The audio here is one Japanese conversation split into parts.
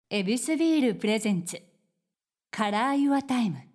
エビスビールプレゼンツカラーユアタイム。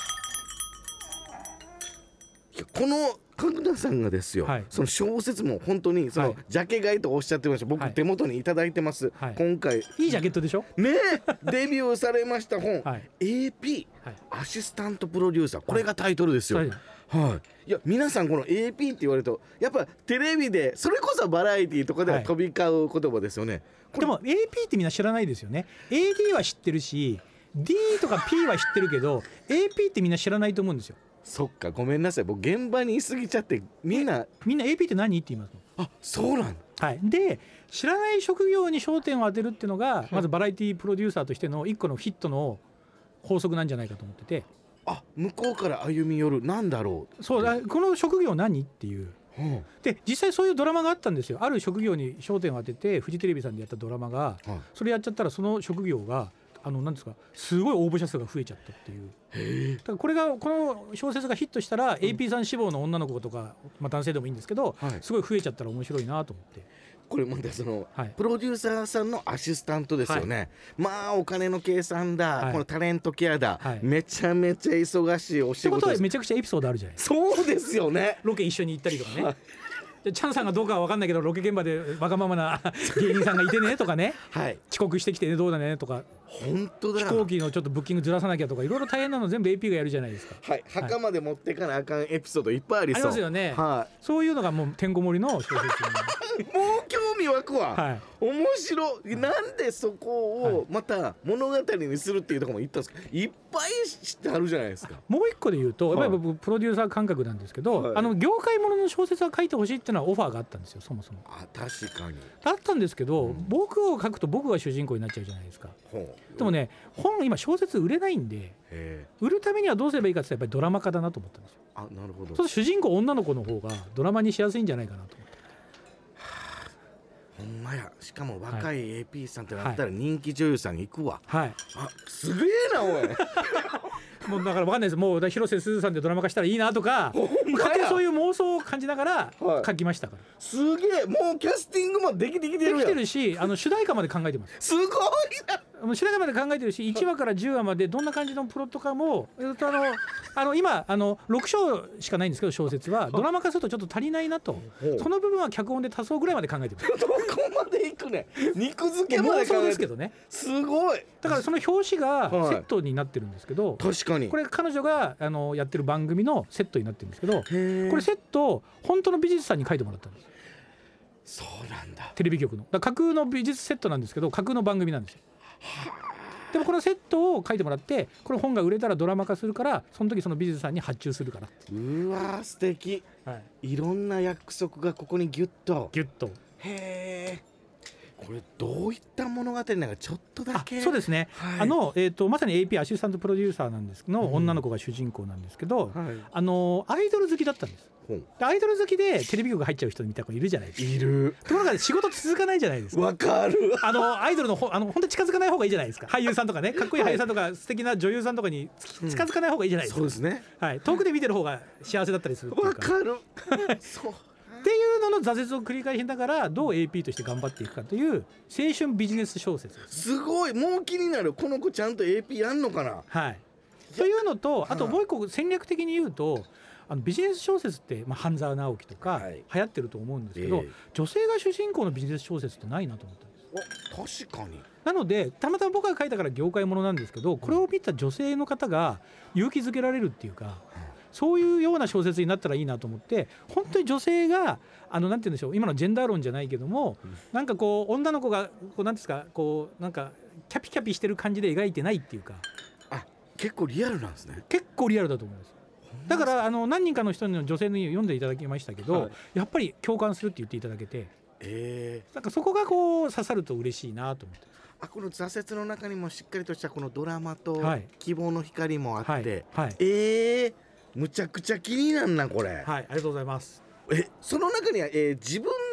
この角田さんがですよ、その小説も本当にそのジャケ買いとおっしゃってました。僕手元にいただいてます、今回いいジャケットでしょね。デビューされました本、AP、アシスタントプロデューサー、これがタイトルですよ。いや皆さんこの AP って言われるとやっぱテレビでそれこそバラエティとかでは飛び交う言葉ですよね。 でも AP ってみんな知らないですよね。 AD は知ってるし D とか P は知ってるけど AP ってみんな知らないと思うんですよ。 そっか、ごめんなさい、僕現場にいすぎちゃってみんな AP って何って言いますもん。 あ、そうなんだ。 で知らない職業に焦点を当てるっていうのが、まずバラエティプロデューサーとしての一個のヒットの法則なんじゃないかと思ってて、 向こうから歩み寄る、なんだろう、 そうこの職業何っていう、で実際そういうドラマがあったんですよ。ある職業に焦点を当ててフジテレビさんでやったドラマが、それやっちゃったらその職業がなんですか、すごい応募者数が増えちゃったっていう。だからこの小説がヒットしたら、AP さん志望の女の子とか、男性でもいいんですけど、すごい増えちゃったら面白いなと思って。 これまたその、プロデューサーさんのアシスタントですよね。まあお金の計算だ、このタレントケアだ、めちゃめちゃ忙しいお仕事です。ってことはめちゃくちゃエピソードあるじゃないですか。そうですよね。 ロケ一緒に行ったりとかね。チャンさんがどうかは分かんないけどロケ現場でわがままな芸人さんがいてねとかね、遅刻してきてねどうだねとか、 本当だ、 飛行機のちょっとブッキングずらさなきゃとか、いろいろ大変なの全部 AP がやるじゃないですか。 墓まで持ってかなあかんエピソードいっぱいありそう。 ありますよね。そういうのがもうてんこ盛りの小説にもう興味湧くわ、面白い。なんでそこをまた物語にするっていうところも言ったんですけど、いっぱいしてあるじゃないですか。 もう一個で言うと、やっぱり僕プロデューサー感覚なんですけど、業界ものの小説を書いてほしいっていうのはオファーがあったんですよ、そもそも。 確かにあったんですけど、僕を書くと僕が主人公になっちゃうじゃないですか。でもね、本今小説売れないんで、売るためにはどうすればいいかってやっぱりドラマ化だなと思ったんですよ。 なるほど。 そうすると主人公女の子の方がドラマにしやすいんじゃないかなと思って。 ほんまや。しかも若い AP さんってなったら人気女優さんに行くわ。すげえなおいもうだから分かんないです。もう広瀬すずさんでドラマ化したらいいなとか、勝手にそういう妄想を感じながら書きましたから。 すげえ、もうキャスティングもできてるやん。 できてるし、主題歌まで考えてます。 すごいな。 主題歌まで考えてるし、1話から10話までどんな感じのプロットかも、今6章しかないんですけど、小説はドラマ化するとちょっと足りないなと、その部分は脚本で足そうぐらいまで考えてます。 どこまでいくね。肉付けまで妄想ですけどね。 すごい。 だからその表紙がセットになってるんですけど、 確かにこれ彼女がやってる番組のセットになってるんですけど、これセット本当の美術さんに書いてもらったんです。 そうなんだ。 テレビ局の架空の美術セットなんですけど、架空の番組なんですよ。でもこのセットを書いてもらって、この本が売れたらドラマ化するから、その時その美術さんに発注するから。 うわー素敵、いろんな約束がここにギュッと。へー、これどういった物語なのかちょっとだけ。 そうですね、まさに AP アシスタントプロデューサーなんですけど、女の子が主人公なんですけど、アイドル好きだったんです。アイドル好きでテレビ局入っちゃう人みたいな子いるじゃないですか。 いる。 ところが仕事続かないじゃないですか。 わかる。 アイドルの本当に近づかない方がいいじゃないですか。俳優さんとかね、かっこいい俳優さんとか素敵な女優さんとかに近づかない方がいいじゃないですか。 そうですね。 遠くで見てる方が幸せだったりするっていうか。 わかる。 そうっていうのの挫折を繰り返しながら、どう AP として頑張っていくかという青春ビジネス小説です。 すごい、もう気になる。この子ちゃんと AP やんのかな。 というのと、あともう一個戦略的に言うと、ビジネス小説って、半沢直樹とか流行ってると思うんですけど、女性が主人公のビジネス小説ってないなと思ったんです。 確かに。 なのでたまたま僕が書いたから業界ものなんですけど、これを見た女性の方が勇気づけられるっていうか、そういうような小説になったらいいなと思って、本当に女性がなんて言うんでしょう、今のジェンダー論じゃないけども、なんかこう女の子がこうなんですか、こうなんかキャピキャピしてる感じで描いてないっていうか。 結構リアルなんですね。 結構リアルだと思います。だから何人かの人の女性に読んでいただきましたけど、やっぱり共感するって言っていただけて、なんかそこがこう刺さると嬉しいなと思って。 この挫折の中にもしっかりとしたこのドラマと希望の光もあって、むちゃくちゃ気になんなこれ。 ありがとうございます。 その中には、自分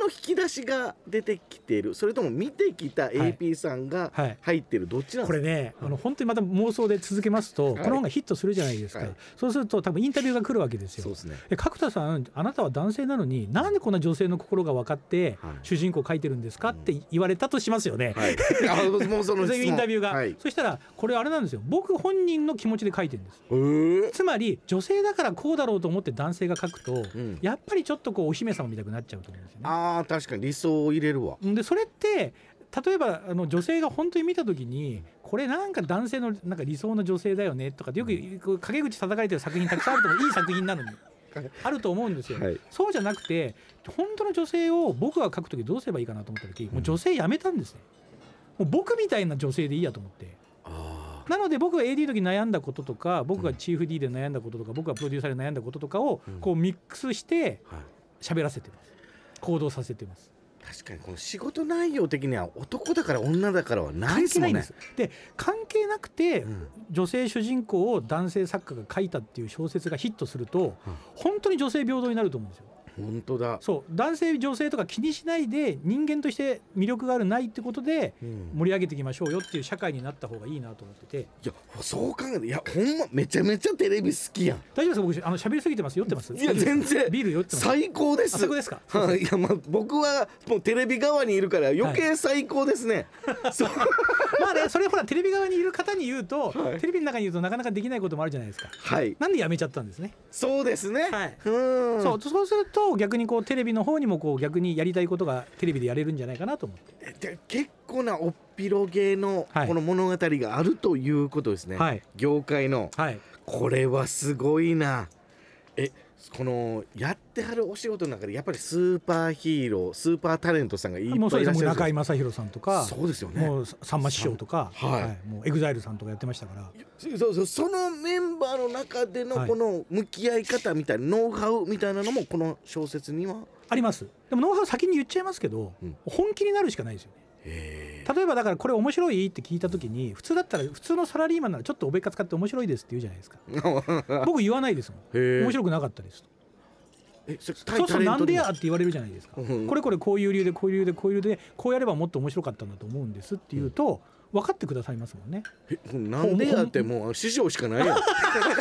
の引き出しが出てきている、それとも見てきた AP さんが入ってる、どっちなんですか？ これね、本当にまた妄想で続けますと、この本がヒットするじゃないですか、そうすると多分インタビューが来るわけですよ。 そうですね。 角田さん、あなたは男性なのになんでこんな女性の心が分かって主人公を書いてるんですかって言われたとしますよね、 もうそのそういうインタビューが、そしたらこれあれなんですよ、僕本人の気持ちで書いてるんです。つまり女性だからこうだろうと思って男性が書くと、やっぱりちょっとこうお姫様みたくなっちゃうと思うんですよね。 確かに理想を入れるわ。 でそれって例えば女性が本当に見た時にこれなんか男性のなんか理想の女性だよねとかよく陰口叩かれてる作品たくさんあると思う。いい作品なのにあると思うんですよ、そうじゃなくて本当の女性を僕が書く時どうすればいいかなと思った時、もう女性やめたんですね。もう僕みたいな女性でいいやと思って、なので僕が AD の時悩んだこととか、僕がチーフ D で悩んだこととか、僕がプロデューサーで悩んだこととかをこうミックスして喋らせてます、行動させてます。 確かにこの仕事内容的には男だから女だからはないですもんね。 で関係なくて、女性主人公を男性作家が書いたっていう小説がヒットすると、本当に女性平等になると思うんですよ。本当だ。そう男性女性とか気にしないで人間として魅力があるないってことで盛り上げていきましょうよっていう社会になった方がいいなと思ってて、 いやそう考えて、いやほんまめちゃめちゃテレビ好きやん。 大丈夫ですか？僕喋りすぎてます？酔ってます？ いや全然ビール酔ってます。 最高です。 最高ですか？ いや僕はもうテレビ側にいるから余計最高ですね、 まあね、それほらテレビ側にいる方に言うと、テレビの中にいるとなかなかできないこともあるじゃないですか。なんでやめちゃったんですね。 そうですね、 そうすると逆にこうテレビの方にもこう逆にやりたいことがテレビでやれるんじゃないかなと思って。 で結構なおっぴろげのこの物語があるということですね、業界の、これはすごいな。このやってはるお仕事の中でやっぱりスーパーヒーロー、スーパータレントさんがいっぱいいらっしゃる。 もう中居正広さんとか、 そうですよね、 もうさんま師匠とか、もうEXILEさんとかやってましたから。 そのメンバーの中でのこの向き合い方みたいな、ノウハウみたいなのもこの小説にはあります。でもノウハウ先に言っちゃいますけど、本気になるしかないですよね。例えばだからこれ面白いって聞いた時に、普通だったら普通のサラリーマンならちょっとおべっか使って面白いですって言うじゃないですか。僕言わないですもん。面白くなかったですと。そうするとなんでやって言われるじゃないですか。これこういう理由でこういう理由でこういう理由でこうやればもっと面白かったんだと思うんですって言うと分かってくださいますもんね。 なんでやってもう師匠しかないやん。でも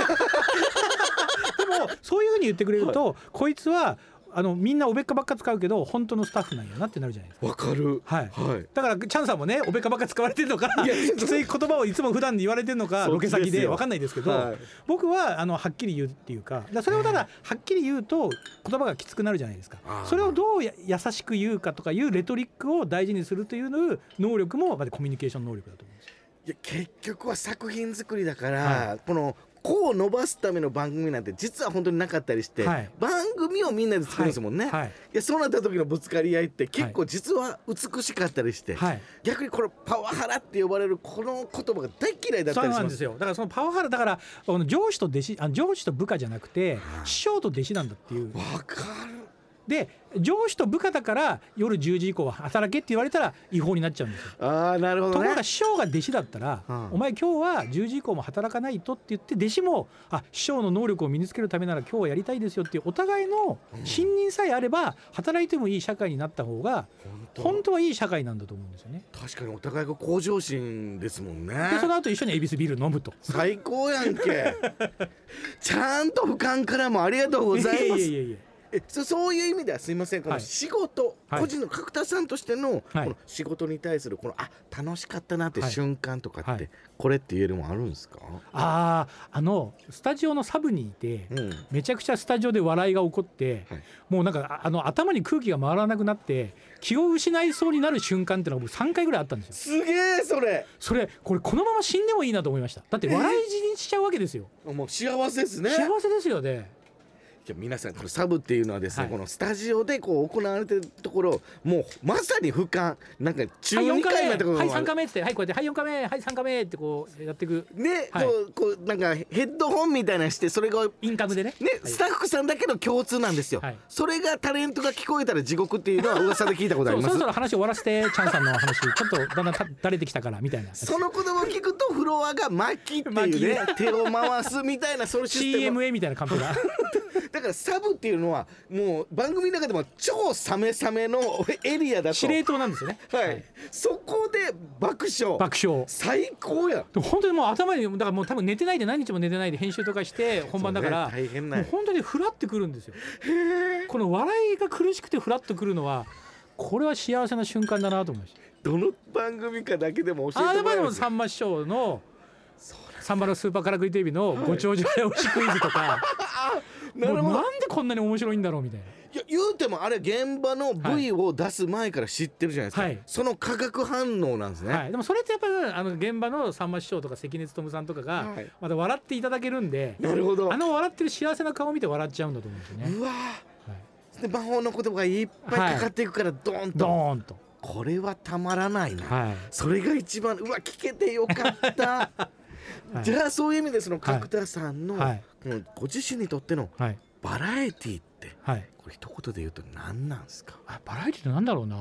そういうふうに言ってくれると、こいつはみんなおべっかばっか使うけど本当のスタッフなんやなってなるじゃないですか。 わかる、 だからチャンさんもね、おべっかばっか使われてるのかきつい言葉をいつも普段で言われてるのかロケ先で分かんないですけど、僕ははっきり言うっていうか、それをただはっきり言うと言葉がきつくなるじゃないですか。それをどう優しく言うかとかいうレトリックを大事にするという能力もコミュニケーション能力だと思うんですよ。 いや結局は作品作りだから、このこう伸ばすための番組なんて実は本当になかったりして、番組をみんなで作るんですもんね、いやそうなった時のぶつかり合いって結構実は美しかったりして、逆にこのパワハラって呼ばれるこの言葉が大嫌いだったりします。 そうなんですよ。だからそのパワハラだから上司と部下じゃなくて師匠と弟子なんだっていう。 わかる。 で上司と部下だから夜10時以降は働けって言われたら違法になっちゃうんですよ。 なるほどね。 ところが師匠が弟子だったら、お前今日は10時以降も働かないとって言って、弟子も師匠の能力を身につけるためなら今日はやりたいですよっていうお互いの信任さえあれば働いてもいい社会になった方が本当はいい社会なんだと思うんですよね。 確かにお互いが向上心ですもんね。 でその後一緒に恵比寿ビール飲むと最高やんけ。ちゃんと俯瞰からもありがとうございます。そういう意味ではすいません、この仕事、個人の角田さんとしてのこの仕事に対するこの楽しかったなって瞬間とかってこれって言えるもんあるんですか？ スタジオのサブにいて、めちゃくちゃスタジオで笑いが起こって、もうなんか頭に空気が回らなくなって気を失いそうになる瞬間ってのが僕3回ぐらいあったんですよ。 すげえ。 これこのまま死んでもいいなと思いました。だって笑い死にしちゃうわけですよ。 もう幸せですね。 幸せですよね。 皆さんこのサブっていうのはですね、このスタジオでこう行われてるところもうまさに俯瞰、なんか中2回目とか 3回目ってこうやって4回目3回目ってこうやっていくね、こうなんかヘッドホンみたいなしてそれがインカムでねスタッフさんだけの共通なんですよ、それがタレントが聞こえたら地獄っていうのは噂で聞いたことあります。 そろそろ話終わらせて、チャンさんの話ちょっとだんだん垂れてきたからみたいな、 その言葉を聞くとフロアが巻きっていうね手を回すみたいな、そのシステム CMA みたいなカンペがだからサブっていうのはもう番組の中でも超サメサメのエリアだと司令塔なんですよね。 はい、そこで爆笑最高や。 本当にもう頭にだからもう多分寝てないで何日も寝てないで編集とかして本番だから、 大変なもう本当にフラってくるんですよ。この笑いが苦しくてフラッとくるのはこれは幸せな瞬間だなと思いました。 どの番組かだけでも教えてもらえます。 さんま師匠のサンバのスーパーからくりテレビのご長寿早押しクイズとかなんでこんなに面白いんだろうみたいな。 いや言うてもあれ現場の V を出す前から知ってるじゃないですか、はい、その化学反応なんですね、 はい、でもそれってやっぱり現場のさんま師匠とか関根勤さんとかがまた笑っていただけるんで、 なるほど、 笑ってる幸せな顔を見て笑っちゃうんだと思うんですよね。 うわ、はい、で魔法の言葉がいっぱいかかっていくからドーンとこれはたまらないな、はい、それが一番聞けてよかった、はい、じゃあそういう意味でその角田さんの、はい、このご自身にとってのバラエティって、はい、これ一言で言うと何なんですか？ バラエティって何だろうな、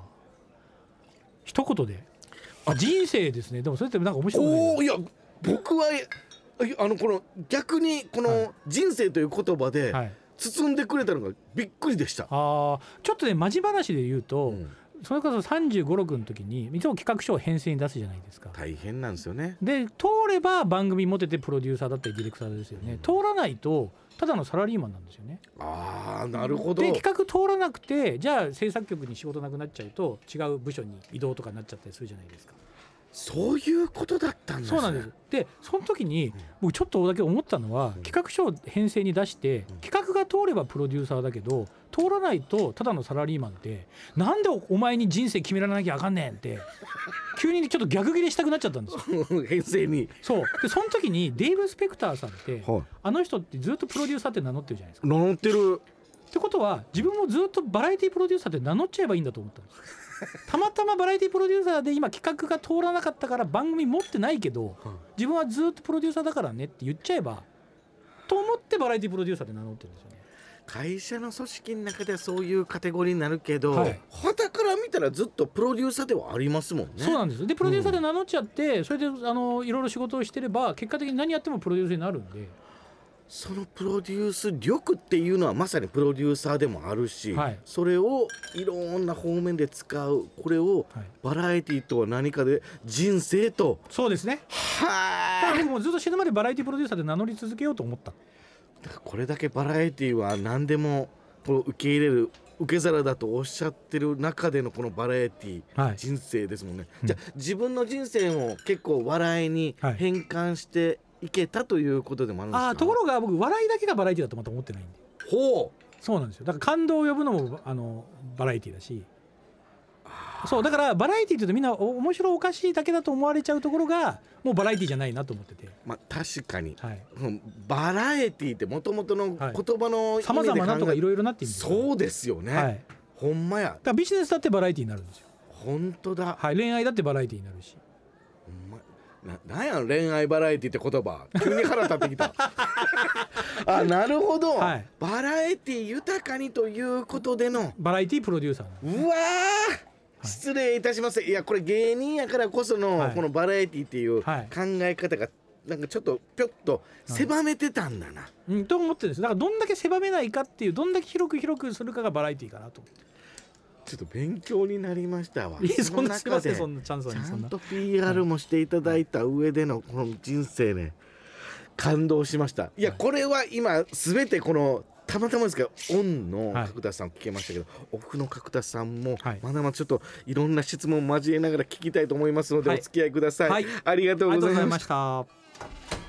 一言で人生ですね。でもそれってなんか面白いね。 いや僕はこの逆にこの人生という言葉で包んでくれたのがびっくりでした。 ちょっとねマジ話で言うと、それこそ35、6の時にいつも企画書を編成に出すじゃないですか。 大変なんですよね。 で通れば番組持ててプロデューサーだったりディレクターですよね、通らないとただのサラリーマンなんですよね。 なるほど。 で企画通らなくてじゃあ制作局に仕事なくなっちゃうと違う部署に移動とかになっちゃったりするじゃないですか。 そういうことだったんですね。 そうなんです。でその時に僕ちょっとだけ思ったのは、企画書を編成に出して企画が通ればプロデューサーだけど通らないとただのサラリーマンってなんでお前に人生決められなきゃあかんねんって急にちょっと逆ギレしたくなっちゃったんですよ編成に。 そうでその時にデイブ・スペクターさんって、あの人ってずっとプロデューサーって名乗ってるじゃないですか。 名乗ってるってことは自分もずっとバラエティプロデューサーって名乗っちゃえばいいんだと思ったんですよたまたまバラエティプロデューサーで今企画が通らなかったから番組持ってないけど、自分はずっとプロデューサーだからねって言っちゃえばと思ってバラエティプロデューサーって名乗ってるんですよね。 会社の組織の中ではそういうカテゴリーになるけど、傍から見たらずっとプロデューサーではありますもんね。 そうなんです。でプロデューサーで名乗っちゃって、それでいろいろ仕事をしてれば結果的に何やってもプロデューサーになるんで、 そのプロデュース力っていうのはまさにプロデューサーでもあるし、それをいろんな方面で使う、これをバラエティとは何かで人生と、 そうですね。だからもうずっと死ぬまでバラエティプロデューサーで名乗り続けようと思った。 だからこれだけバラエティは何でも受け入れる受け皿だとおっしゃってる中でのこのバラエティ、人生ですもんね。じゃあ自分の人生も結構笑いに変換していけたということでもあるんですか？ ところが僕笑いだけがバラエティだとまた思ってないんで。そうなんですよ。だから感動を呼ぶのもバラエティだし、そうだからバラエティって言うとみんな面白おかしいだけだと思われちゃうところがもうバラエティじゃないなと思ってて、 確かに、バラエティってもともとの言葉の意味で様々なとかいろいろなって意味ですよね。 そうですよね、ほんまや。だからビジネスだってバラエティになるんですよ。 本当だ、 恋愛だってバラエティになるし。 なんや恋愛バラエティって言葉急に腹立ってきたなるほど、バラエティ豊かにということでのバラエティプロデューサー。 うわ失礼いたします。いやこれ芸人やからこそのこのバラエティっていう考え方がなんかちょっとぴょっと狭めてたんだな、 と思ってるんです。だからどんだけ狭めないかっていう、どんだけ広くするかがバラエティかなと思って。 ちょっと勉強になりましたわ。 そんなすいません、そんなチャンスにちゃんと PR もしていただいた上でのこの人生ね、感動しました。いやこれは今全てこのたまたまですけどオンの角田さん聞けましたけど、オフの角田さんもまだまだちょっといろんな質問を交えながら聞きたいと思いますので、お付き合いください。ありがとうございました。